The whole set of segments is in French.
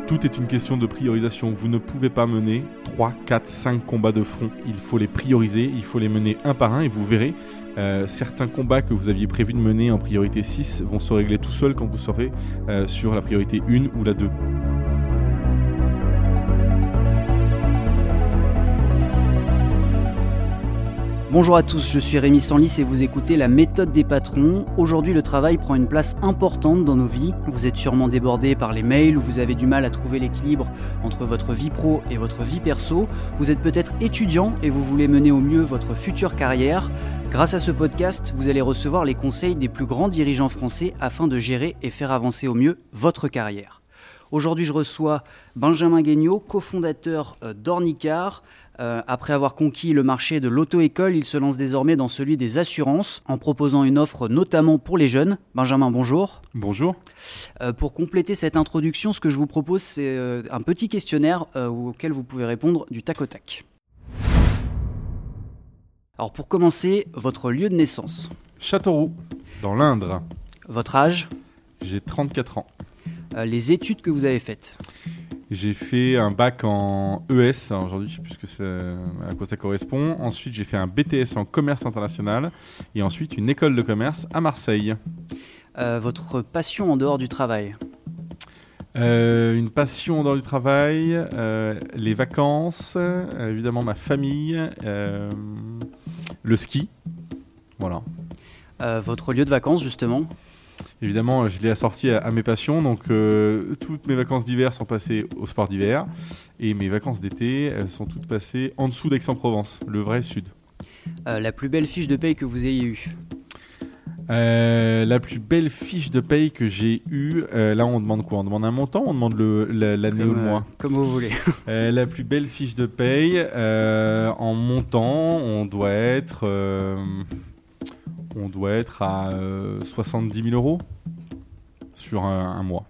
Tout est une question de priorisation. Vous ne pouvez pas mener 3, 4, 5 combats de front. Il faut les prioriser, il faut les mener un par un et vous verrez, certains combats que vous aviez prévu de mener en priorité 6 vont se régler tout seuls quand vous serez sur la priorité 1 ou la 2. Bonjour à tous, je suis Rémi Senlis et vous écoutez La méthode des patrons. Aujourd'hui, le travail prend une place importante dans nos vies. Vous êtes sûrement débordé par les mails ou vous avez du mal à trouver l'équilibre entre votre vie pro et votre vie perso. Vous êtes peut-être étudiant et vous voulez mener au mieux votre future carrière. Grâce à ce podcast, vous allez recevoir les conseils des plus grands dirigeants français afin de gérer et faire avancer au mieux votre carrière. Aujourd'hui, je reçois Benjamin Guignot, cofondateur d'Ornicar. Après avoir conquis le marché de l'auto-école, il se lance désormais dans celui des assurances en proposant une offre notamment pour les jeunes. Benjamin, bonjour. Bonjour. Pour compléter cette introduction, ce que je vous propose, c'est un petit questionnaire auquel vous pouvez répondre du tac au tac. Alors pour commencer, votre lieu de naissance. Châteauroux, dans l'Indre. Votre âge. J'ai 34 ans. Les études que vous avez faites. J'ai fait un bac en ES, alors aujourd'hui je ne sais plus à quoi ça correspond. Ensuite j'ai fait un BTS en commerce international et ensuite une école de commerce à Marseille. Votre passion en dehors du travail. Une passion en dehors du travail, les vacances, évidemment ma famille, le ski, voilà. Votre lieu de vacances justement. Évidemment, je l'ai assorti à mes passions, donc toutes mes vacances d'hiver sont passées au sport d'hiver et mes vacances d'été sont toutes passées en dessous d'Aix-en-Provence, le vrai sud. La plus belle fiche de paye que vous ayez eue. La plus belle fiche de paye que j'ai eue, là on demande quoi ? On demande un montant ou on demande l'année ou le mois ? Comme vous voulez. La plus belle fiche de paye, en montant, on doit être à 70 000 € sur un mois.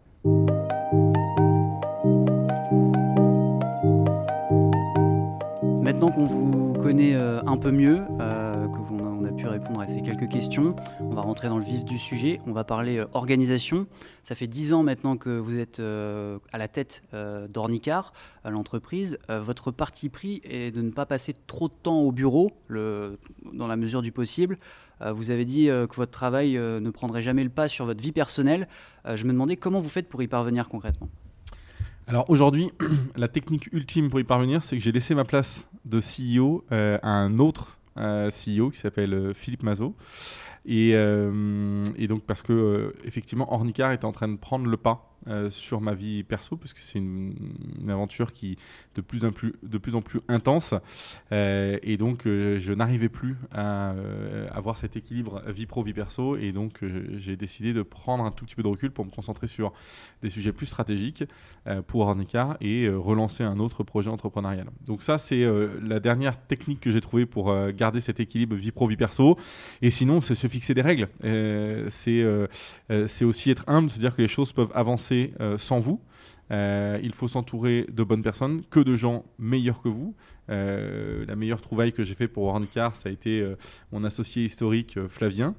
Maintenant qu'on vous connaît un peu mieux, qu'on a pu répondre à ces quelques questions, on va rentrer dans le vif du sujet. On va parler organisation. Ça fait 10 ans maintenant que vous êtes à la tête d'Ornicar, l'entreprise. Votre parti pris est de ne pas passer trop de temps au bureau, dans la mesure du possible. Vous avez dit que votre travail ne prendrait jamais le pas sur votre vie personnelle. Je me demandais comment vous faites pour y parvenir concrètement. Alors aujourd'hui, la technique ultime pour y parvenir, c'est que j'ai laissé ma place de CEO à un autre CEO qui s'appelle Philippe Mazot. Et donc parce que effectivement Ornicar était en train de prendre le pas sur ma vie perso, parce que c'est une aventure qui de plus en plus intense, et donc je n'arrivais plus à avoir cet équilibre vie pro vie perso, et donc j'ai décidé de prendre un tout petit peu de recul pour me concentrer sur des sujets plus stratégiques pour Ornicar et relancer un autre projet entrepreneurial. Donc ça c'est la dernière technique que j'ai trouvée pour garder cet équilibre vie pro vie perso, et sinon c'est se fixer des règles, c'est aussi être humble, se dire que les choses peuvent avancer sans vous. Il faut s'entourer de bonnes personnes, que de gens meilleurs que vous. La meilleure trouvaille que j'ai fait pour Ornicar, ça a été mon associé historique Flavien.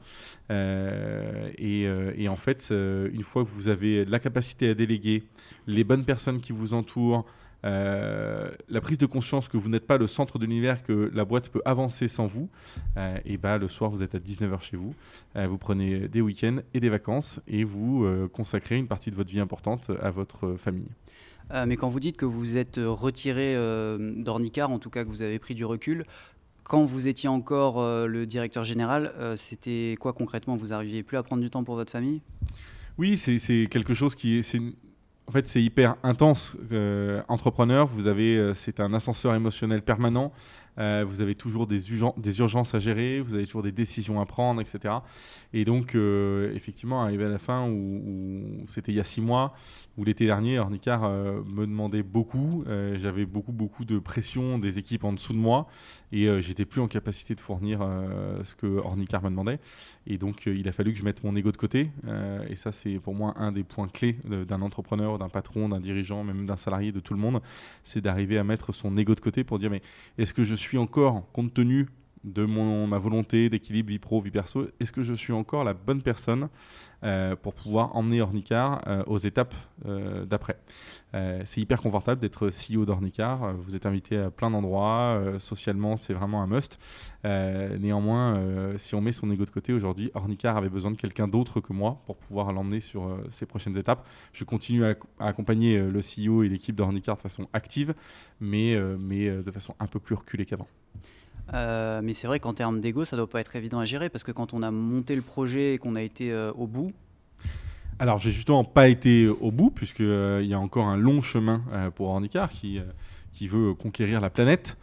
Et en fait, une fois que vous avez la capacité à déléguer, les bonnes personnes qui vous entourent, la prise de conscience que vous n'êtes pas le centre de l'univers, que la boîte peut avancer sans vous, et le soir vous êtes à 19h chez vous, vous prenez des week-ends et des vacances et vous consacrez une partie de votre vie importante à votre famille. Mais quand vous dites que vous êtes retiré d'Ornicar, en tout cas que vous avez pris du recul, quand vous étiez encore le directeur général, c'était quoi concrètement ? Vous n'arriviez plus à prendre du temps pour votre famille ? Oui, c'est quelque chose qui est... En fait, c'est hyper intense. Entrepreneur, c'est un ascenseur émotionnel permanent. Vous avez toujours des urgences à gérer, vous avez toujours des décisions à prendre, etc. Et donc, effectivement, arrivé à la fin, où c'était il y a 6 mois, où l'été dernier, Ornicar me demandait beaucoup. J'avais beaucoup de pression des équipes en dessous de moi, et j'étais plus en capacité de fournir ce que Ornicar me demandait. Et donc, il a fallu que je mette mon ego de côté. Et ça, c'est pour moi un des points clés d'un entrepreneur, d'un patron, d'un dirigeant, même d'un salarié, de tout le monde. C'est d'arriver à mettre son ego de côté pour dire, mais est-ce que je suis encore, compte tenu de ma volonté d'équilibre vie pro, vie perso, est-ce que je suis encore la bonne personne pour pouvoir emmener Ornicar aux étapes d'après. C'est hyper confortable d'être CEO d'Ornicar. Vous êtes invité à plein d'endroits. Socialement, c'est vraiment un must. Néanmoins, si on met son ego de côté aujourd'hui, Ornicar avait besoin de quelqu'un d'autre que moi pour pouvoir l'emmener sur ses prochaines étapes. Je continue à accompagner le CEO et l'équipe d'Ornicar de façon active, mais de façon un peu plus reculée qu'avant. Mais c'est vrai qu'en termes d'ego, ça doit pas être évident à gérer parce que quand on a monté le projet et qu'on a été au bout. Alors, j'ai justement pas été au bout puisqu'il y a encore un long chemin pour Ornicar qui veut conquérir la planète.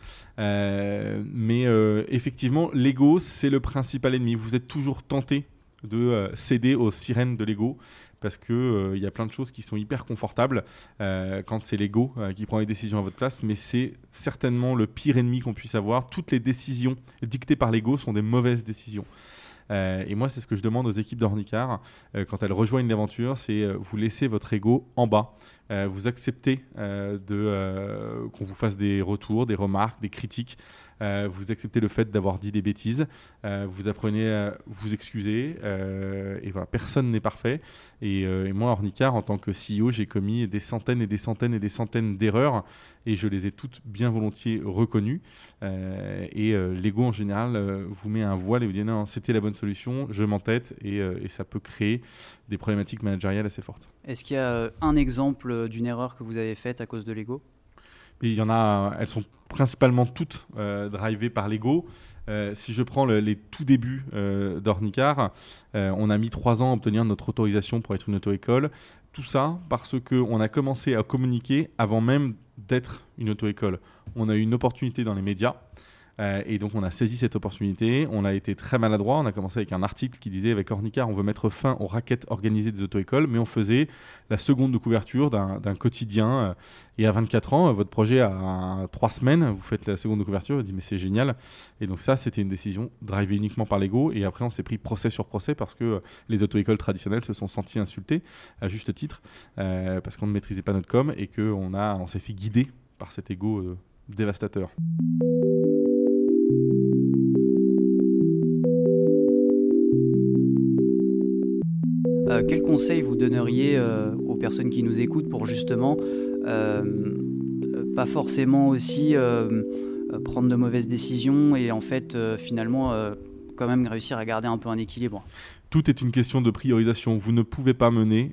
Mais effectivement, l'ego, c'est le principal ennemi. Vous êtes toujours tenté de céder aux sirènes de l'ego parce qu'il y a plein de choses qui sont hyper confortables quand c'est l'ego qui prend les décisions à votre place, mais c'est certainement le pire ennemi qu'on puisse avoir. Toutes les décisions dictées par l'ego sont des mauvaises décisions. Et moi, c'est ce que je demande aux équipes d'Ornicar quand elles rejoignent l'aventure, c'est vous laissez votre ego en bas. Vous acceptez qu'on vous fasse des retours, des remarques, des critiques. Vous acceptez le fait d'avoir dit des bêtises. Vous apprenez à vous excuser. Et voilà, personne n'est parfait. Et moi, Ornicar, en tant que CEO, j'ai commis des centaines et des centaines et des centaines d'erreurs. Et je les ai toutes bien volontiers reconnues. L'ego, en général, vous met un voile et vous dit non, c'était la bonne solution, je m'entête. Et ça peut créer des problématiques managériales assez fortes. Est-ce qu'il y a un exemple d'une erreur que vous avez faite à cause de l'ego ? Il y en a, elles sont principalement toutes drivées par l'ego. Si je prends les tout débuts d'Ornicar, on a mis 3 ans à obtenir notre autorisation pour être une auto-école. Tout ça parce qu'on a commencé à communiquer avant même d'être une auto-école. On a eu une opportunité dans les médias. Et donc on a saisi cette opportunité, on a été très maladroit, on a commencé avec un article qui disait avec Ornicar on veut mettre fin aux rackets organisées des auto-écoles, mais on faisait la seconde de couverture d'un quotidien. Et à 24 ans, votre projet a 3 semaines, vous faites la seconde de couverture, vous dites mais c'est génial. Et donc ça c'était une décision drivée uniquement par l'ego, et après on s'est pris procès sur procès parce que les auto-écoles traditionnelles se sont senties insultées, à juste titre, parce qu'on ne maîtrisait pas notre com et qu'on s'est fait guider par cet ego dévastateur. Quel conseil vous donneriez aux personnes qui nous écoutent pour justement pas forcément aussi prendre de mauvaises décisions et en fait finalement quand même réussir à garder un peu un équilibre ? Tout est une question de priorisation. Vous ne pouvez pas mener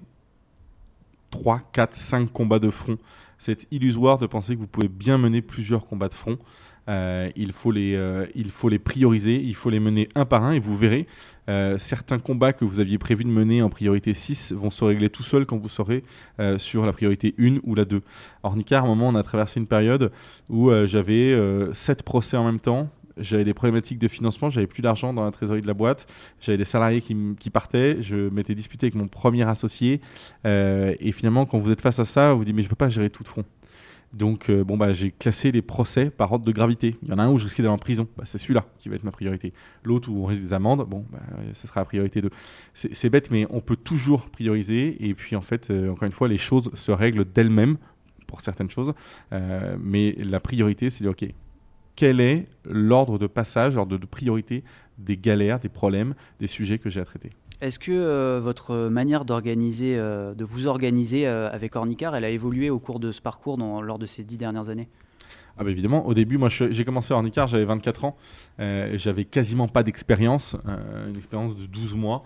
3, 4, 5 combats de front. C'est illusoire de penser que vous pouvez bien mener plusieurs combats de front. Il faut les prioriser, il faut les mener un par un et vous verrez, certains combats que vous aviez prévu de mener en priorité 6 vont se régler tout seuls quand vous serez sur la priorité 1 ou la 2. Ornicar, à un moment, on a traversé une période où j'avais 7 procès en même temps. J'avais des problématiques de financement, j'avais plus d'argent dans la trésorerie de la boîte, j'avais des salariés qui partaient, je m'étais disputé avec mon premier associé et finalement quand vous êtes face à ça, vous vous dites mais je peux pas gérer tout de front. Donc j'ai classé les procès par ordre de gravité. Il y en a un où je risquais d'aller en prison, c'est celui-là qui va être ma priorité. L'autre où on risque des amendes, ce sera la priorité 2. C'est bête mais on peut toujours prioriser et puis en fait encore une fois les choses se règlent d'elles-mêmes pour certaines choses, mais la priorité c'est de dire ok, quel est l'ordre de passage, l'ordre de priorité des galères, des problèmes, des sujets que j'ai à traiter. Est-ce que votre manière de vous organiser avec Ornicar, elle a évolué au cours de ce parcours lors de ces 10 dernières années ? Ah bah évidemment, au début, moi j'ai commencé à Ornicar, j'avais 24 ans, j'avais quasiment pas d'expérience, une expérience de 12 mois.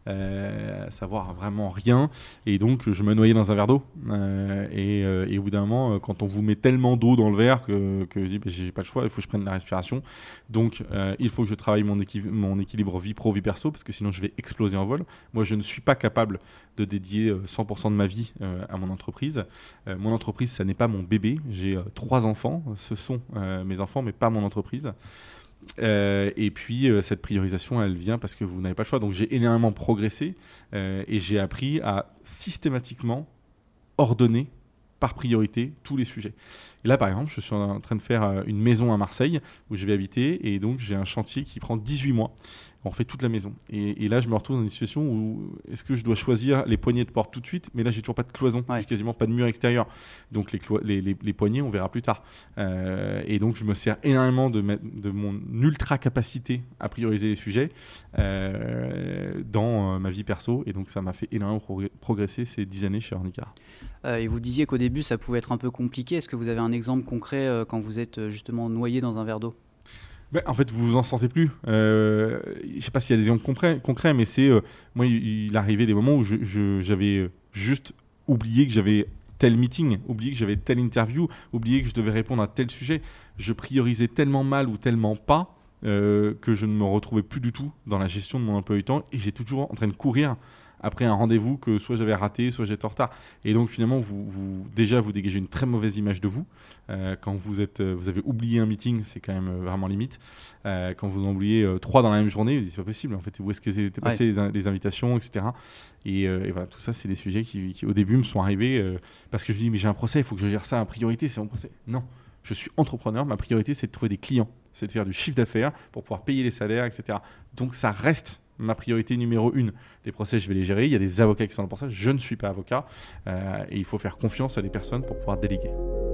À savoir vraiment rien, et donc je me noyais dans un verre d'eau et au bout d'un moment quand on vous met tellement d'eau dans le verre que je dis j'ai pas le choix, il faut que je prenne la respiration, donc il faut que je travaille mon équilibre vie pro vie perso parce que sinon je vais exploser en vol. Moi je ne suis pas capable de dédier 100% de ma vie à mon entreprise. Mon entreprise ça n'est pas mon bébé, j'ai 3 enfants, ce sont mes enfants mais pas mon entreprise. Et puis cette priorisation elle vient parce que vous n'avez pas le choix, donc j'ai énormément progressé et j'ai appris à systématiquement ordonner par priorité tous les sujets. Et là par exemple je suis en train de faire une maison à Marseille où je vais habiter et donc j'ai un chantier qui prend 18 mois on refait toute la maison. Et là, je me retrouve dans une situation où est-ce que je dois choisir les poignées de porte tout de suite, mais là, j'ai toujours pas de cloison, j'ai quasiment pas de mur extérieur. Donc les poignées, on verra plus tard. Et donc, je me sers énormément de mon ultra capacité à prioriser les sujets dans ma vie perso. Et donc, ça m'a fait énormément progresser ces 10 années chez Ornicar. Et vous disiez qu'au début, ça pouvait être un peu compliqué. Est-ce que vous avez un exemple concret quand vous êtes justement noyé dans un verre d'eau ? En fait, vous vous en sentez plus. Je ne sais pas s'il y a des exemples concrets, mais moi, il arrivait des moments où j'avais juste oublié que j'avais tel meeting, oublié que j'avais telle interview, oublié que je devais répondre à tel sujet. Je priorisais tellement mal ou tellement pas que je ne me retrouvais plus du tout dans la gestion de mon emploi du temps et j'étais toujours en train de courir après un rendez-vous que soit j'avais raté, soit j'étais en retard. Et donc finalement, vous dégagez une très mauvaise image de vous. Quand vous avez oublié un meeting, c'est quand même vraiment limite. Quand vous en oubliez 3 dans la même journée, vous dites c'est pas possible. En fait, où est-ce que étaient passées les invitations, etc. Et voilà, tout ça, c'est des sujets qui au début me sont arrivés parce que je me dis mais j'ai un procès, il faut que je gère ça en priorité, c'est mon procès. Non, je suis entrepreneur, ma priorité c'est de trouver des clients, c'est de faire du chiffre d'affaires pour pouvoir payer les salaires, etc. Donc ça reste ma priorité numéro 1. Les procès, je vais les gérer. Il y a des avocats qui sont là pour ça. Je ne suis pas avocat. Et il faut faire confiance à des personnes pour pouvoir déléguer.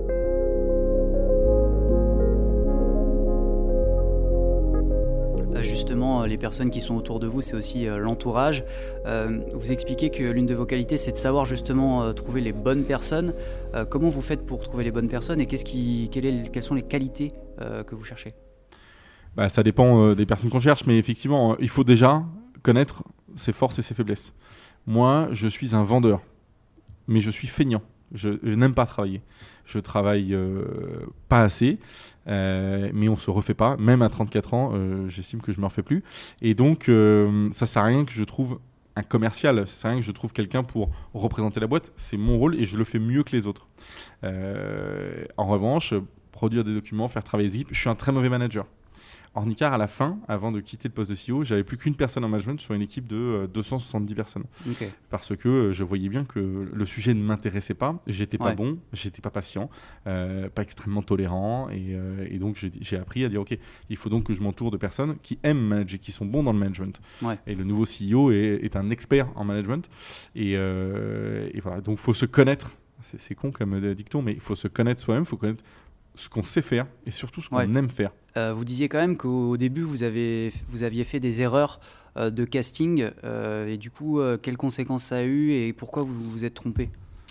Justement, les personnes qui sont autour de vous, c'est aussi l'entourage. Vous expliquez que l'une de vos qualités, c'est de savoir justement trouver les bonnes personnes. Comment vous faites pour trouver les bonnes personnes et quelles sont les qualités que vous cherchez ? Ça dépend des personnes qu'on cherche, mais effectivement, il faut déjà connaître ses forces et ses faiblesses. Moi, je suis un vendeur, mais je suis feignant. Je n'aime pas travailler. Je travaille pas assez, mais on se refait pas. Même à 34 ans, j'estime que je me refais plus. Et donc, ça sert à rien que je trouve un commercial. Ça sert à rien que je trouve quelqu'un pour représenter la boîte. C'est mon rôle et je le fais mieux que les autres. En revanche, produire des documents, faire travailler les équipes, je suis un très mauvais manager. Ornicar, à la fin, avant de quitter le poste de CEO, j'avais plus qu'une personne en management sur une équipe de 270 personnes. Okay. Parce que je voyais bien que le sujet ne m'intéressait pas, j'étais pas bon, j'étais pas patient, pas extrêmement tolérant, et donc j'ai appris à dire ok, il faut donc que je m'entoure de personnes qui aiment manager, qui sont bons dans le management. Et le nouveau CEO est un expert en management, et voilà. Donc il faut se connaître. C'est con comme dicton, mais il faut se connaître soi-même, il faut connaître ce qu'on sait faire et surtout ce qu'on aime faire. Vous disiez quand même qu'au début, vous aviez fait des erreurs de casting et du coup, quelles conséquences ça a eu et pourquoi vous vous êtes trompé ?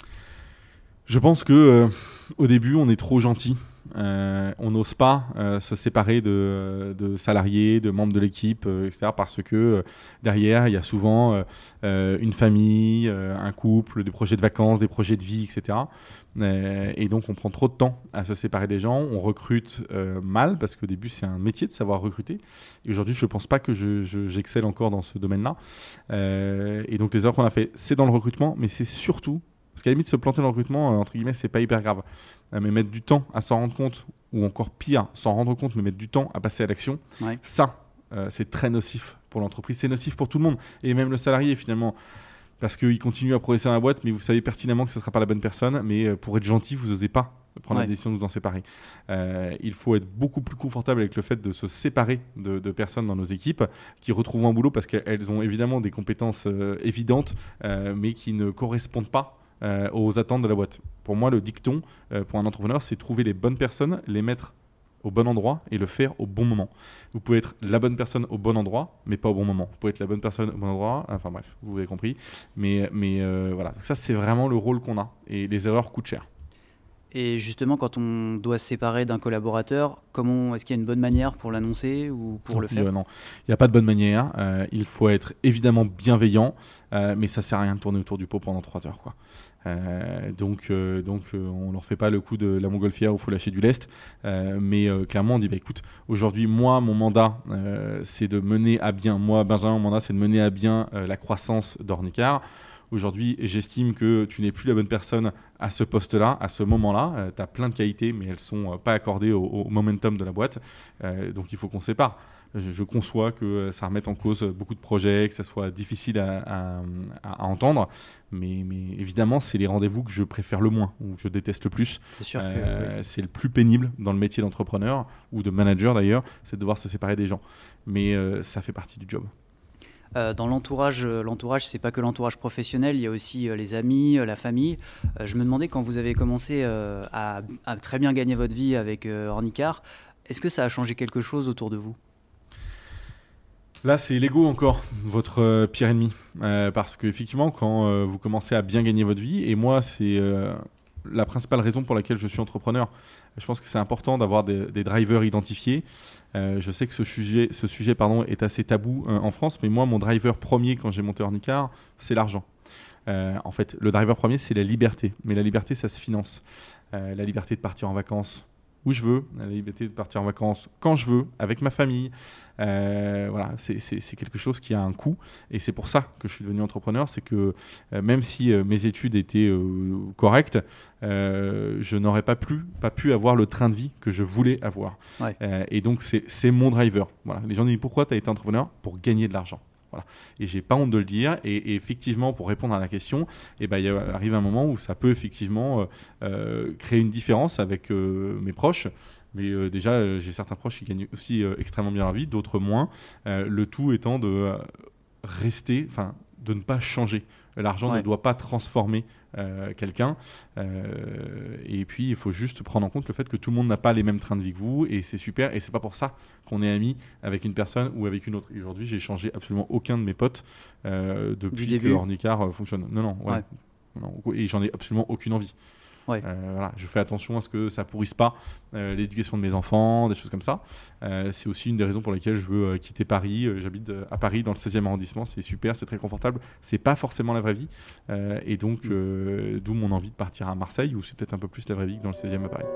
Je pense qu'au début, on est trop gentil. On n'ose pas se séparer de salariés, de membres de l'équipe, etc. Parce que derrière, il y a souvent une famille, un couple, des projets de vacances, des projets de vie, etc. Et donc, on prend trop de temps à se séparer des gens. On recrute mal parce qu'au début, c'est un métier de savoir recruter. Et aujourd'hui, je ne pense pas que j'excelle encore dans ce domaine-là. Et donc, les erreurs qu'on a fait, c'est dans le recrutement, mais c'est surtout... Parce qu'à la limite, se planter dans le recrutement, entre guillemets, c'est pas hyper grave. Mais mettre du temps à s'en rendre compte, ou encore pire, s'en rendre compte, mais mettre du temps à passer à l'action, ça, c'est très nocif pour l'entreprise. C'est nocif pour tout le monde. Et même le salarié, finalement. Parce qu'il continue à progresser dans la boîte, mais vous savez pertinemment que ce ne sera pas la bonne personne. Mais pour être gentil, vous n'osez pas prendre la décision de vous en séparer. Il faut être beaucoup plus confortable avec le fait de se séparer de personnes dans nos équipes qui retrouvent un boulot parce qu'elles ont évidemment des compétences évidentes, mais qui ne correspondent pas aux attentes de la boîte. Pour moi, le dicton pour un entrepreneur, c'est trouver les bonnes personnes, les mettre au bon endroit et le faire au bon moment. Vous pouvez être la bonne personne au bon endroit, mais pas au bon moment. Vous pouvez être la bonne personne au bon endroit, enfin bref, vous avez compris. Mais voilà, donc ça c'est vraiment le rôle qu'on a et les erreurs coûtent cher. Et justement, quand on doit se séparer d'un collaborateur, est-ce qu'il y a une bonne manière pour l'annoncer ou pour le faire ? Non, il n'y a pas de bonne manière. Il faut être évidemment bienveillant, mais ça ne sert à rien de tourner autour du pot pendant 3 heures, quoi. Donc on leur fait pas le coup de la montgolfière où il faut lâcher du lest, mais clairement on dit écoute, aujourd'hui moi mon mandat c'est de mener à bien, moi Benjamin mon mandat c'est de mener à bien la croissance d'Ornicar. Aujourd'hui, j'estime que tu n'es plus la bonne personne à ce poste-là, à ce moment-là. Tu as plein de qualités, mais elles ne sont pas accordées au momentum de la boîte. Donc, il faut qu'on sépare. je conçois que ça remette en cause beaucoup de projets, que ça soit difficile à entendre. Mais évidemment, c'est les rendez-vous que je préfère le moins, ou que je déteste le plus. C'est sûr que oui. C'est le plus pénible dans le métier d'entrepreneur, ou de manager d'ailleurs, c'est de devoir se séparer des gens. Mais ça fait partie du job. Dans l'entourage, c'est pas que l'entourage professionnel, il y a aussi les amis, la famille. Je me demandais, quand vous avez commencé à très bien gagner votre vie avec Ornicar, est-ce que ça a changé quelque chose autour de vous ? Là, c'est l'ego encore, votre pire ennemi. Parce qu'effectivement, quand vous commencez à bien gagner votre vie, et moi, c'est la principale raison pour laquelle je suis entrepreneur. Je pense que c'est important d'avoir des drivers identifiés. Je sais que ce sujet est assez tabou en France, mais moi, mon driver premier quand j'ai monté Ornicar, c'est l'argent. En fait, le driver premier, c'est la liberté. Mais la liberté, ça se finance. La liberté de partir en vacances où je veux, la liberté de partir en vacances quand je veux, avec ma famille. Voilà, c'est quelque chose qui a un coût. Et c'est pour ça que je suis devenu entrepreneur. C'est que même si mes études étaient correctes, je n'aurais pas pu avoir le train de vie que je voulais avoir. Ouais. Et donc, c'est mon driver. Voilà. Les gens disent, pourquoi tu as été entrepreneur ? Pour gagner de l'argent. Voilà. Et j'ai pas honte de le dire. Et effectivement, pour répondre à la question, il arrive un moment où ça peut effectivement créer une différence avec mes proches. Mais déjà, j'ai certains proches qui gagnent aussi extrêmement bien leur vie, d'autres moins. Le tout étant de rester, de ne pas changer. L'argent ne doit pas transformer quelqu'un. Et puis, il faut juste prendre en compte le fait que tout le monde n'a pas les mêmes trains de vie que vous. Et c'est super. Et c'est pas pour ça qu'on est amis avec une personne ou avec une autre. Et aujourd'hui, j'ai changé absolument aucun de mes potes depuis que Ornicar fonctionne. Non. Et j'en ai absolument aucune envie. Ouais. Voilà, je fais attention à ce que ça pourrisse pas l'éducation de mes enfants, des choses comme ça. C'est aussi une des raisons pour lesquelles je veux quitter Paris. J'habite à Paris dans le 16e arrondissement, c'est super, c'est très confortable. C'est pas forcément la vraie vie. Et donc, d'où mon envie de partir à Marseille, où c'est peut-être un peu plus la vraie vie que dans le 16e à Paris.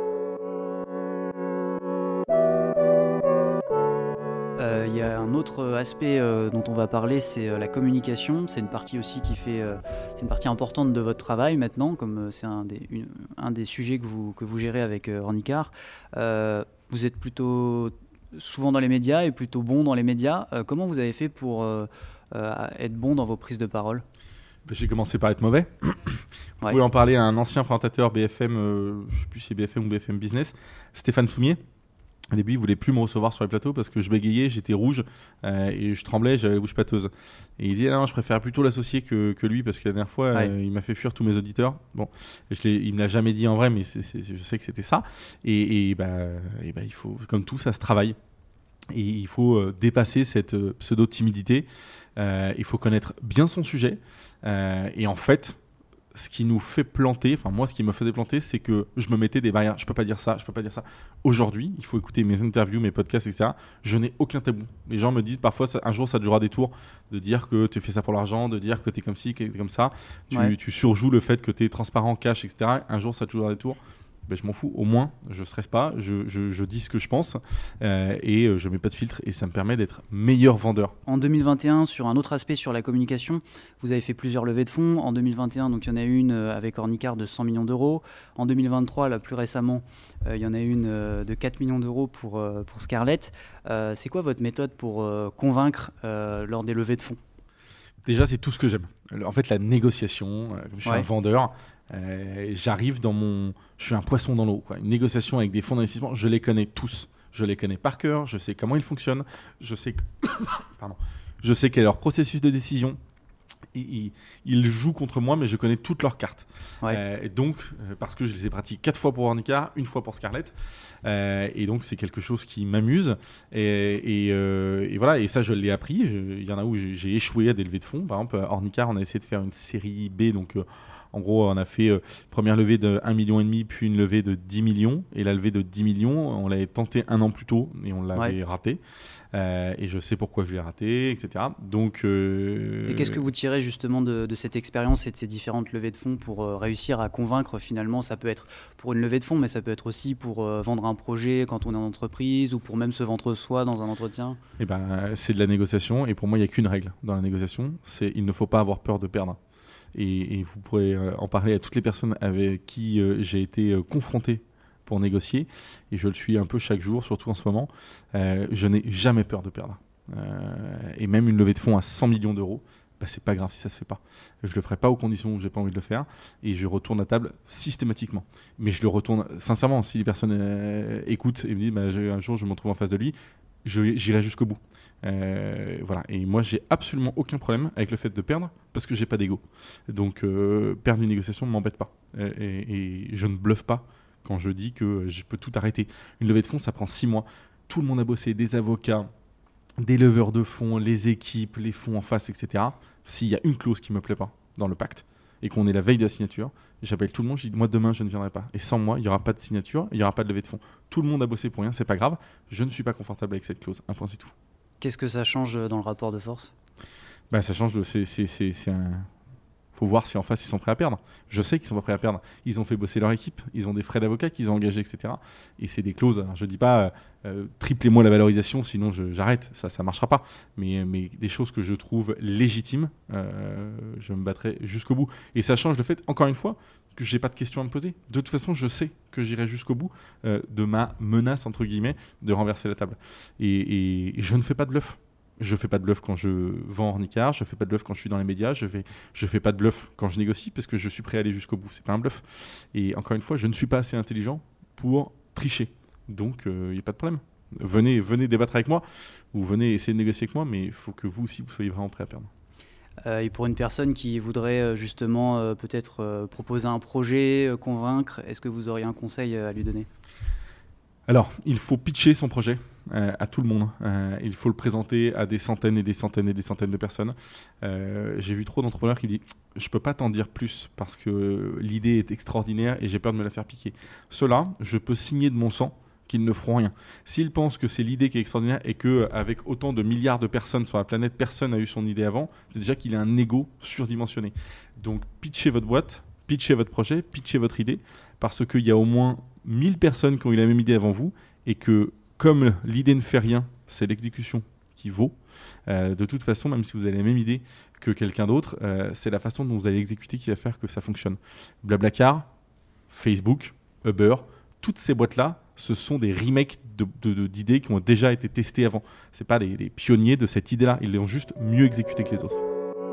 Il y a un autre aspect dont on va parler, c'est la communication. C'est une partie aussi c'est une partie importante de votre travail maintenant, comme c'est un des sujets que vous gérez avec Ornicar. Vous êtes plutôt souvent dans les médias et plutôt bon dans les médias. Comment vous avez fait pour être bon dans vos prises de parole ? J'ai commencé par être mauvais. Vous pouvez en parler à un ancien présentateur BFM, je ne sais plus si c'est BFM ou BFM Business, Stéphane Soumier. Au début, il ne voulait plus me recevoir sur les plateaux parce que je bégayais, j'étais rouge et je tremblais, j'avais la bouche pâteuse. Et il disait non, je préfère plutôt l'associer que lui parce que la dernière fois, il m'a fait fuir tous mes auditeurs. Bon, il ne me l'a jamais dit en vrai, mais je sais que c'était ça. Et il faut, comme tout, ça se travaille. Et il faut dépasser cette pseudo-timidité. Il faut connaître bien son sujet. Et en fait, ce qui nous fait planter, moi ce qui me faisait planter, c'est que je me mettais des barrières. Je peux pas dire ça. Aujourd'hui, il faut écouter mes interviews, mes podcasts, etc. Je n'ai aucun tabou. Les gens me disent parfois, un jour ça te jouera des tours, de dire que tu fais ça pour l'argent, de dire que tu es comme ci, que tu es comme ça. Tu surjoues le fait que tu es transparent, cash, etc. Un jour ça te jouera des tours. Je m'en fous, au moins je stresse pas, je dis ce que je pense et je mets pas de filtre et ça me permet d'être meilleur vendeur. En 2021, sur un autre aspect sur la communication, vous avez fait plusieurs levées de fonds. En 2021, donc il y en a une avec Ornicar de 100 millions d'euros. En 2023, là plus récemment, il y en a une de 4 millions d'euros pour Scarlett. C'est quoi votre méthode pour convaincre lors des levées de fonds ? Déjà, c'est tout ce que j'aime. En fait, la négociation, comme je suis un vendeur, j'arrive je suis un poisson dans l'eau, quoi. Une négociation avec des fonds d'investissement, je les connais tous. Je les connais par cœur, je sais comment ils fonctionnent, je sais quel est leur processus de décision. Ils jouent contre moi, mais je connais toutes leurs cartes. Et donc, parce que je les ai pratiquées 4 fois pour Ornicar, 1 fois pour Scarlett. Et donc, c'est quelque chose qui m'amuse. Et voilà, et ça, je l'ai appris. Il y en a où j'ai échoué à des levées de fonds. Par exemple, Ornicar, on a essayé de faire une série B. Donc, en gros, on a fait première levée de 1,5 million, puis une levée de 10 millions. Et la levée de 10 millions, on l'avait tenté 1 an plus tôt et on l'avait raté. Et je sais pourquoi je l'ai raté, etc. Donc, et qu'est-ce que vous tirez justement de cette expérience et de ces différentes levées de fonds pour réussir à convaincre finalement ? Ça peut être pour une levée de fonds, mais ça peut être aussi pour vendre un projet quand on est en entreprise ou pour même se vendre soi dans un entretien. C'est de la négociation et pour moi, il n'y a qu'une règle dans la négociation, c'est il ne faut pas avoir peur de perdre. Et vous pourrez en parler à toutes les personnes avec qui j'ai été confronté pour négocier, et je le suis un peu chaque jour, surtout en ce moment. Je n'ai jamais peur de perdre. Et même une levée de fonds à 100 millions d'euros, c'est pas grave si ça se fait pas. Je le ferai pas aux conditions où j'ai pas envie de le faire, et je retourne la table systématiquement. Mais je le retourne sincèrement. Si les personnes écoutent et me disent un jour je me retrouve en face de lui, j'irai jusqu'au bout. Voilà. Et moi j'ai absolument aucun problème avec le fait de perdre parce que j'ai pas d'ego. Donc perdre une négociation ne m'embête pas. Et je ne bluffe pas quand je dis que je peux tout arrêter. Une levée de fonds ça prend 6 mois. Tout le monde a bossé, des avocats, des leveurs de fonds, les équipes, les fonds en face, etc. S'il y a une clause qui ne me plaît pas dans le pacte et qu'on est la veille de la signature, j'appelle tout le monde, je dis moi demain je ne viendrai pas. Et sans moi, il n'y aura pas de signature, il n'y aura pas de levée de fonds. Tout le monde a bossé pour rien, c'est pas grave. Je ne suis pas confortable avec cette clause. Un point, c'est tout. Qu'est-ce que ça change dans le rapport de force ? Ça change. Faut voir si en face ils sont prêts à perdre. Je sais qu'ils sont pas prêts à perdre. Ils ont fait bosser leur équipe, ils ont des frais d'avocat qu'ils ont engagés, etc. Et c'est des clauses. Alors, je dis pas triplez-moi la valorisation, sinon j'arrête. Ça marchera pas. Mais des choses que je trouve légitimes, je me battrai jusqu'au bout. Et ça change le fait, encore une fois, que j'ai pas de questions à me poser. De toute façon, je sais que j'irai jusqu'au bout de ma menace entre guillemets de renverser la table. Et je ne fais pas de bluff. Je fais pas de bluff quand je vends Ornicar, je fais pas de bluff quand je suis dans les médias, je fais pas de bluff quand je négocie parce que je suis prêt à aller jusqu'au bout. C'est pas un bluff. Et encore une fois, je ne suis pas assez intelligent pour tricher. Donc, il n'y a pas de problème. Venez débattre avec moi ou venez essayer de négocier avec moi, mais il faut que vous aussi, vous soyez vraiment prêt à perdre. Et pour une personne qui voudrait justement peut-être proposer un projet, convaincre, est-ce que vous auriez un conseil à lui donner ? Alors, il faut pitcher son projet à tout le monde. Il faut le présenter à des centaines et des centaines et des centaines de personnes. J'ai vu trop d'entrepreneurs qui me disent « Je ne peux pas t'en dire plus parce que l'idée est extraordinaire et j'ai peur de me la faire piquer. » Ceux-là, je peux signer de mon sang qu'ils ne feront rien. S'ils pensent que c'est l'idée qui est extraordinaire et qu'avec autant de milliards de personnes sur la planète, personne n'a eu son idée avant, c'est déjà qu'il a un ego surdimensionné. Donc, pitchez votre boîte, pitchez votre projet, pitchez votre idée parce qu'il y a au moins 1000 personnes qui ont eu la même idée avant vous et que comme l'idée ne fait rien, c'est l'exécution qui vaut. De toute façon, même si vous avez la même idée que quelqu'un d'autre, c'est la façon dont vous allez exécuter qui va faire que ça fonctionne. Blablacar, Facebook, Uber, toutes ces boîtes-là, ce sont des remakes d'idées qui ont déjà été testées avant. Ce n'est pas les pionniers de cette idée-là, ils l'ont juste mieux exécutée que les autres.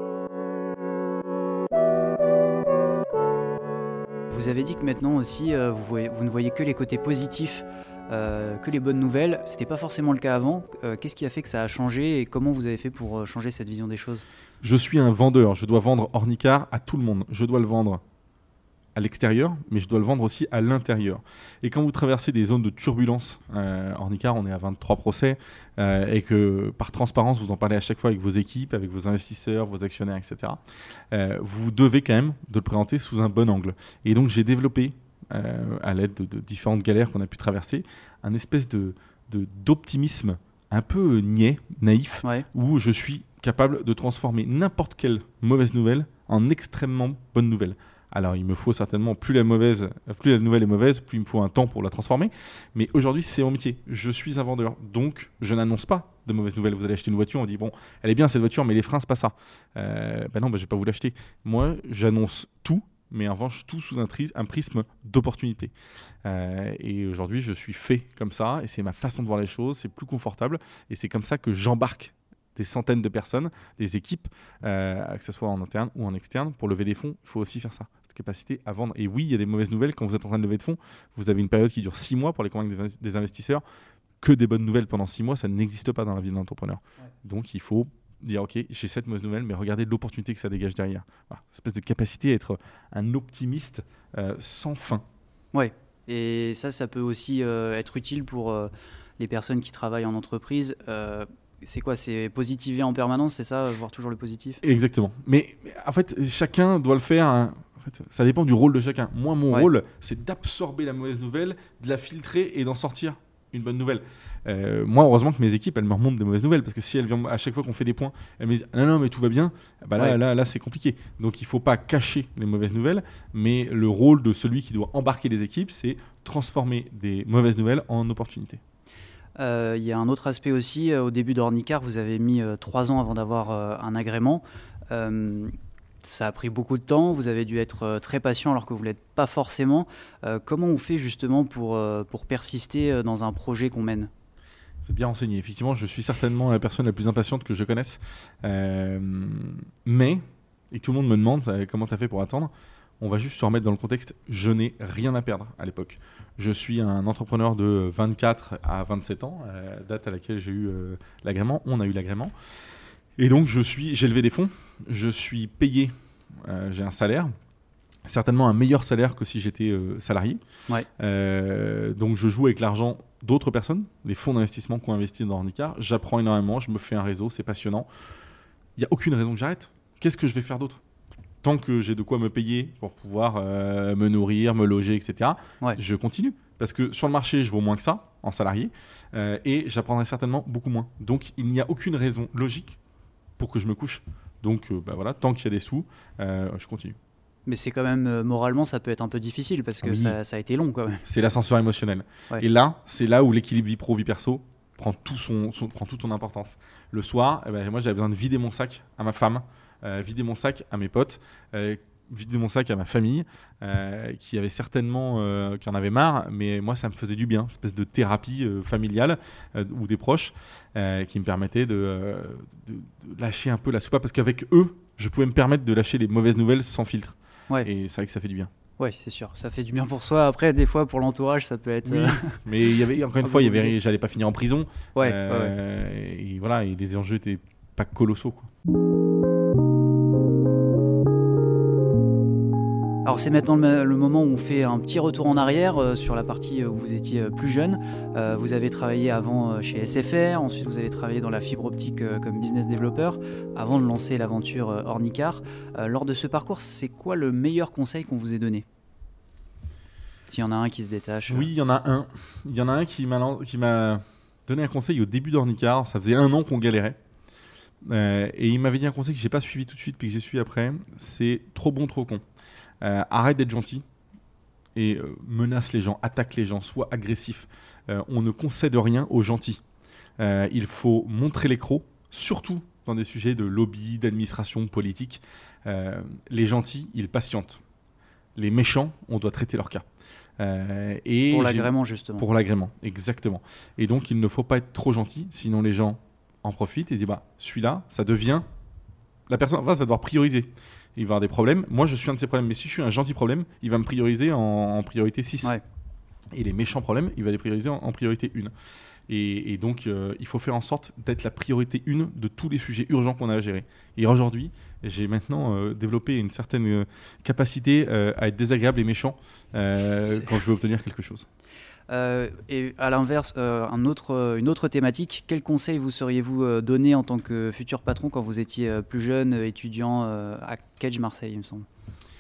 Vous avez dit que maintenant aussi, vous ne voyez que les côtés positifs, que les bonnes nouvelles. Ce n'était pas forcément le cas avant. Qu'est-ce qui a fait que ça a changé et comment vous avez fait pour changer cette vision des choses ? Je suis un vendeur. Je dois vendre Ornicar à tout le monde. Je dois le vendre à l'extérieur, mais je dois le vendre aussi à l'intérieur. Et quand vous traversez des zones de turbulence, Ornicar, on est à 23 procès, et que par transparence, vous en parlez à chaque fois avec vos équipes, avec vos investisseurs, vos actionnaires, etc., vous devez quand même de le présenter sous un bon angle. Et donc, j'ai développé, à l'aide de différentes galères qu'on a pu traverser, un espèce d'optimisme un peu niais, naïf, où je suis capable de transformer n'importe quelle mauvaise nouvelle en extrêmement bonne nouvelle. Alors, il me faut certainement, plus la nouvelle est mauvaise, plus il me faut un temps pour la transformer. Mais aujourd'hui, c'est mon métier. Je suis un vendeur. Donc, je n'annonce pas de mauvaises nouvelles. Vous allez acheter une voiture, on dit, bon, elle est bien cette voiture, mais les freins, c'est pas ça. Non, je vais pas vous l'acheter. Moi, j'annonce tout, mais en revanche, tout sous un prisme d'opportunité. Et aujourd'hui, je suis fait comme ça, et c'est ma façon de voir les choses, c'est plus confortable, et c'est comme ça que j'embarque des centaines de personnes, des équipes, que ce soit en interne ou en externe. Pour lever des fonds, il faut aussi faire ça, cette capacité à vendre. Et oui, il y a des mauvaises nouvelles. Quand vous êtes en train de lever de fonds, vous avez une période qui dure 6 mois pour les convaincre des investisseurs. Que des bonnes nouvelles pendant 6 mois, ça n'existe pas dans la vie d'un entrepreneur. Ouais. Donc, il faut dire, OK, j'ai cette mauvaise nouvelle, mais regardez l'opportunité que ça dégage derrière. Voilà. Une espèce de capacité à être un optimiste sans fin. Oui, et ça peut aussi être utile pour les personnes qui travaillent en entreprise. C'est quoi ? C'est positiver en permanence, c'est ça ? Voir toujours le positif ? Exactement. Mais en fait, chacun doit le faire. En fait, ça dépend du rôle de chacun. Moi, mon rôle, c'est d'absorber la mauvaise nouvelle, de la filtrer et d'en sortir une bonne nouvelle. Moi, heureusement que mes équipes, elles me remontent des mauvaises nouvelles, parce que si elles viennent à chaque fois qu'on fait des points, elles me disent « Non, mais tout va bien », là, c'est compliqué. Donc, il ne faut pas cacher les mauvaises nouvelles, mais le rôle de celui qui doit embarquer les équipes, c'est transformer des mauvaises nouvelles en opportunités. Il y a un autre aspect aussi, au début d'Ornicar, vous avez mis 3 ans avant d'avoir un agrément. Ça a pris beaucoup de temps, vous avez dû être très patient alors que vous ne l'êtes pas forcément. Comment on fait justement pour persister dans un projet qu'on mène ? C'est bien renseigné. Effectivement, je suis certainement la personne la plus impatiente que je connaisse. Mais, et tout le monde me demande comment tu as fait pour attendre, on va juste se remettre dans le contexte. Je n'ai rien à perdre à l'époque. Je suis un entrepreneur de 24 à 27 ans, date à laquelle j'ai eu l'agrément. On a eu l'agrément. Et donc, j'ai levé des fonds. Je suis payé. J'ai un salaire. Certainement un meilleur salaire que si j'étais salarié. Ouais. Donc, je joue avec l'argent d'autres personnes, les fonds d'investissement qui ont investi dans Ornicar. J'apprends énormément. Je me fais un réseau. C'est passionnant. Il n'y a aucune raison que j'arrête. Qu'est-ce que je vais faire d'autre ? Tant que j'ai de quoi me payer pour pouvoir me nourrir, me loger, etc., je continue. Parce que sur le marché, je vaux moins que ça, en salarié, et j'apprendrai certainement beaucoup moins. Donc, il n'y a aucune raison logique pour que je me couche. Donc, voilà, tant qu'il y a des sous, je continue. Mais c'est quand même, moralement, ça peut être un peu difficile parce que ça a été long quand même. C'est l'ascenseur émotionnel. Ouais. Et là, c'est là où l'équilibre vie pro, vie perso prend toute son importance. Le soir, moi, j'avais besoin de vider mon sac à ma femme, vider mon sac à mes potes, vider mon sac à ma famille, qui avait certainement, qui en avait marre, mais moi, ça me faisait du bien, une espèce de thérapie familiale ou des proches qui me permettait de lâcher un peu la soupape, parce qu'avec eux, je pouvais me permettre de lâcher les mauvaises nouvelles sans filtre. Ouais. Et c'est vrai que ça fait du bien. Oui, c'est sûr. Ça fait du bien pour soi. Après, des fois, pour l'entourage, ça peut être... Oui, mais il y avait, encore une fois, j'allais pas finir en prison. Ouais. Et voilà, et les enjeux n'étaient pas colossaux, quoi. Alors c'est maintenant le moment où on fait un petit retour en arrière sur la partie où vous étiez plus jeune. Vous avez travaillé avant chez SFR, ensuite vous avez travaillé dans la fibre optique comme business developer, avant de lancer l'aventure Ornicar. Lors de ce parcours, c'est quoi le meilleur conseil qu'on vous ait donné ? S'il y en a un qui se détache. Oui, il y en a un. Il y en a un qui m'a donné un conseil au début d'Ornicar. Ça faisait 1 an qu'on galérait. Et il m'avait dit un conseil que je n'ai pas suivi tout de suite, puis que j'ai suivi après. C'est trop bon, trop con. Arrête d'être gentil et menace les gens, attaque les gens, sois agressif. On ne concède rien aux gentils. Il faut montrer les crocs, surtout dans des sujets de lobby, d'administration, politique. Les gentils, ils patientent. Les méchants, on doit traiter leur cas. Pour l'agrément, justement. Pour l'agrément, exactement. Et donc, il ne faut pas être trop gentil, sinon les gens en profitent et disent celui-là, ça devient... La personne en face va devoir prioriser. Il va avoir des problèmes. Moi, je suis un de ces problèmes. Mais si je suis un gentil problème, il va me prioriser en priorité 6. Ouais. Et les méchants problèmes, il va les prioriser en priorité 1. Et donc, il faut faire en sorte d'être la priorité 1 de tous les sujets urgents qu'on a à gérer. Et aujourd'hui, j'ai maintenant développé une certaine capacité à être désagréable et méchant quand je veux obtenir quelque chose. Et à l'inverse, une autre thématique, quel conseil vous seriez-vous donné en tant que futur patron quand vous étiez plus jeune, étudiant à Kedge Marseille, il me semble ?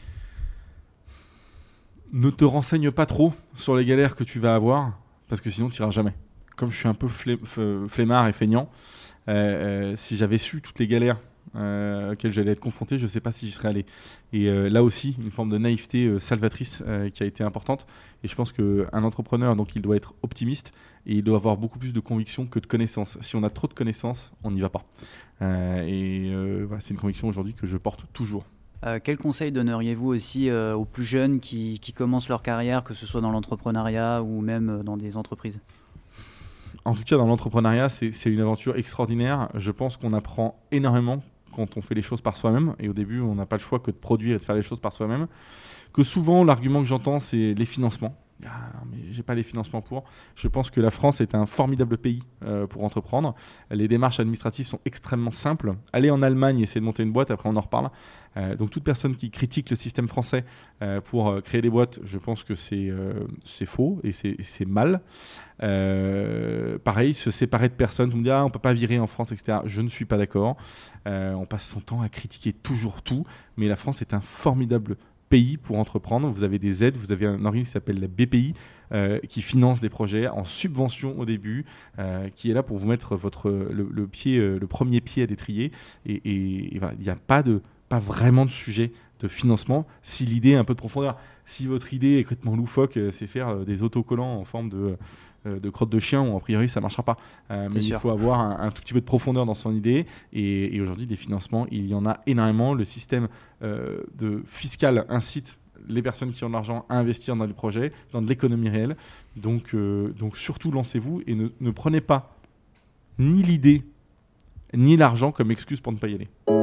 Ne te renseigne pas trop sur les galères que tu vas avoir, parce que sinon tu n'iras jamais. Comme je suis un peu flemmard et feignant, si j'avais su toutes les galères auxquelles j'allais être confronté, je ne sais pas si j'y serais allé. Et là aussi, une forme de naïveté salvatrice qui a été importante. Et je pense qu'un entrepreneur, donc, il doit être optimiste et il doit avoir beaucoup plus de conviction que de connaissances. Si on a trop de connaissances, on n'y va pas. Voilà, c'est une conviction aujourd'hui que je porte toujours. Quel conseil donneriez-vous aussi aux plus jeunes qui commencent leur carrière, que ce soit dans l'entrepreneuriat ou même dans des entreprises ? En tout cas, dans l'entrepreneuriat, c'est une aventure extraordinaire. Je pense qu'on apprend énormément quand on fait les choses par soi-même. Et au début, on n'a pas le choix que de produire et de faire les choses par soi-même. Que souvent, l'argument que j'entends, c'est les financements. Mais j'ai pas les financements pour. Je pense que la France est un formidable pays pour entreprendre. Les démarches administratives sont extrêmement simples. Allez en Allemagne, essayer de monter une boîte, après on en reparle. Donc toute personne qui critique le système français pour créer des boîtes, je pense que c'est faux et c'est mal. Pareil, se séparer de personnes, on me dit on peut pas virer en France, etc. Je ne suis pas d'accord. On passe son temps à critiquer toujours tout, mais la France est un formidable pays pour entreprendre. Vous avez des aides, vous avez un organisme qui s'appelle la BPI qui finance des projets en subvention au début, qui est là pour vous mettre le premier pied à l'étrier. Et voilà, il n'y a pas vraiment de sujet de financement si l'idée a un peu de profondeur. Si votre idée est complètement loufoque, c'est faire des autocollants en forme de crotte de chien, où a priori ça ne marchera pas. Mais il faut avoir un tout petit peu de profondeur dans son idée. Et aujourd'hui, des financements, il y en a énormément. Le système fiscal incite les personnes qui ont de l'argent à investir dans des projets, dans de l'économie réelle. Donc surtout, lancez-vous et ne prenez pas ni l'idée ni l'argent comme excuse pour ne pas y aller.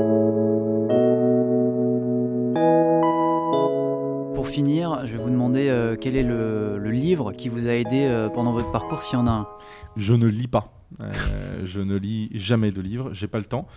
Pour finir, je vais vous demander quel est le livre qui vous a aidé pendant votre parcours, s'il y en a un. Je ne lis pas. Je ne lis jamais de livres, j'ai pas le temps.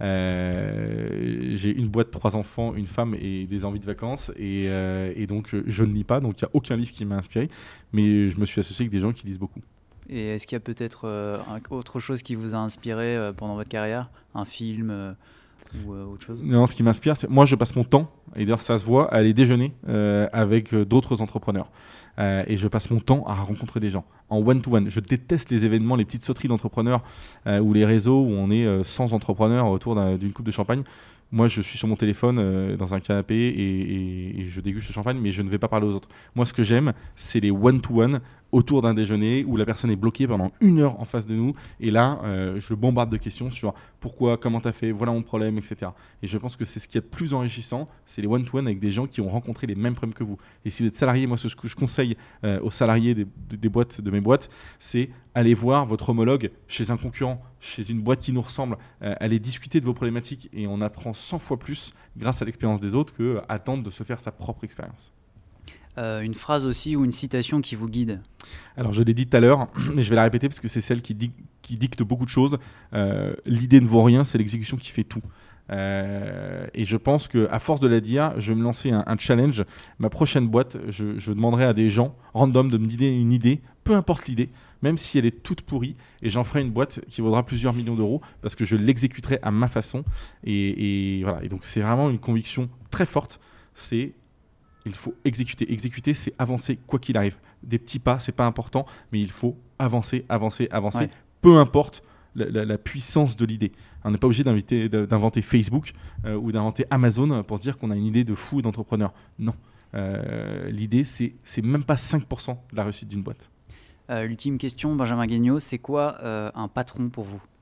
J'ai une boîte, 3 enfants, une femme et des envies de vacances, et donc je ne lis pas, donc il n'y a aucun livre qui m'a inspiré, mais je me suis associé avec des gens qui lisent beaucoup. Et est-ce qu'il y a peut-être autre chose qui vous a inspiré pendant votre carrière, un film ou autre chose? Non, ce qui m'inspire, c'est moi je passe mon temps, et d'ailleurs ça se voit, à aller déjeuner avec d'autres entrepreneurs. Et je passe mon temps à rencontrer des gens en one-to-one. Je déteste les événements, les petites sauteries d'entrepreneurs ou les réseaux où on est 100 entrepreneurs autour d'une coupe de champagne. Moi, je suis sur mon téléphone dans un canapé et je déguste le champagne, mais je ne vais pas parler aux autres. Moi, ce que j'aime, c'est les one-to-one autour d'un déjeuner où la personne est bloquée pendant 1 heure en face de nous. Et là, je le bombarde de questions sur pourquoi, comment tu as fait, voilà mon problème, etc. Et je pense que c'est ce qui est le plus enrichissant, c'est les one-to-one avec des gens qui ont rencontré les mêmes problèmes que vous. Et si vous êtes salarié, moi, ce que je conseille aux salariés de mes boîtes, c'est aller voir votre homologue chez un concurrent, chez une boîte qui nous ressemble, aller discuter de vos problématiques, et on apprend 100 fois plus grâce à l'expérience des autres que attendre de se faire sa propre expérience. Une phrase aussi ou une citation qui vous guide? Alors je l'ai dit tout à l'heure, mais je vais la répéter parce que c'est celle qui dicte beaucoup de choses. L'idée ne vaut rien, c'est l'exécution qui fait tout. Et je pense qu'à force de la dire, je vais me lancer un challenge. Ma prochaine boîte, je demanderai à des gens random de me donner une idée, peu importe l'idée, même si elle est toute pourrie, et j'en ferai une boîte qui vaudra plusieurs millions d'euros parce que je l'exécuterai à ma façon. Et voilà. Et donc c'est vraiment une conviction très forte. Il faut exécuter. Exécuter, c'est avancer quoi qu'il arrive. Des petits pas, c'est pas important, mais il faut avancer. Ouais. Peu importe la puissance de l'idée. On n'est pas obligé d'inventer Facebook ou d'inventer Amazon pour se dire qu'on a une idée de fou d'entrepreneur. Non. L'idée, c'est même pas 5% de la réussite d'une boîte. Ultime question, Benjamin Guignot, c'est quoi un patron pour vous?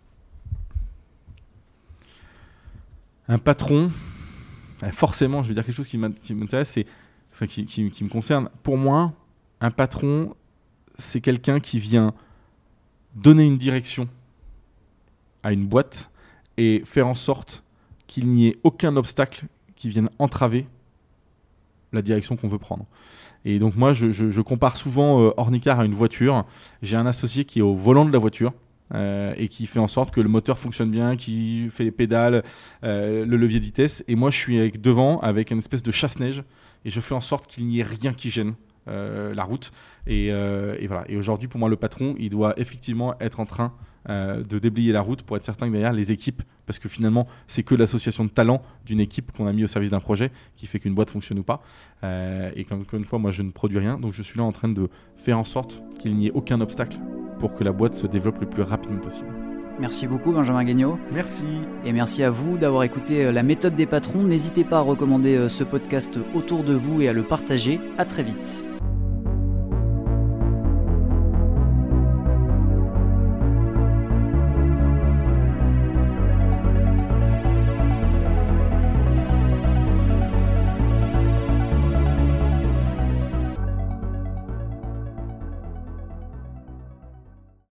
Un patron, forcément, je vais dire quelque chose qui m'intéresse, qui me concerne. Pour moi, un patron, c'est quelqu'un qui vient donner une direction à une boîte et faire en sorte qu'il n'y ait aucun obstacle qui vienne entraver la direction qu'on veut prendre. Et donc moi, je compare souvent Ornicar à une voiture. J'ai un associé qui est au volant de la voiture et qui fait en sorte que le moteur fonctionne bien, qui fait les pédales, le levier de vitesse. Et moi, je suis devant avec une espèce de chasse-neige et je fais en sorte qu'il n'y ait rien qui gêne la route. Et voilà. Et aujourd'hui, pour moi, le patron, il doit effectivement être en train de déblayer la route pour être certain que derrière les équipes, parce que finalement c'est que l'association de talents d'une équipe qu'on a mis au service d'un projet qui fait qu'une boîte fonctionne ou pas, et encore une fois, moi je ne produis rien, donc je suis là en train de faire en sorte qu'il n'y ait aucun obstacle pour que la boîte se développe le plus rapidement possible. Merci beaucoup Benjamin Guignot. Merci. Et merci à vous d'avoir écouté La méthode des patrons. N'hésitez pas à recommander ce podcast autour de vous et à le partager. À très vite.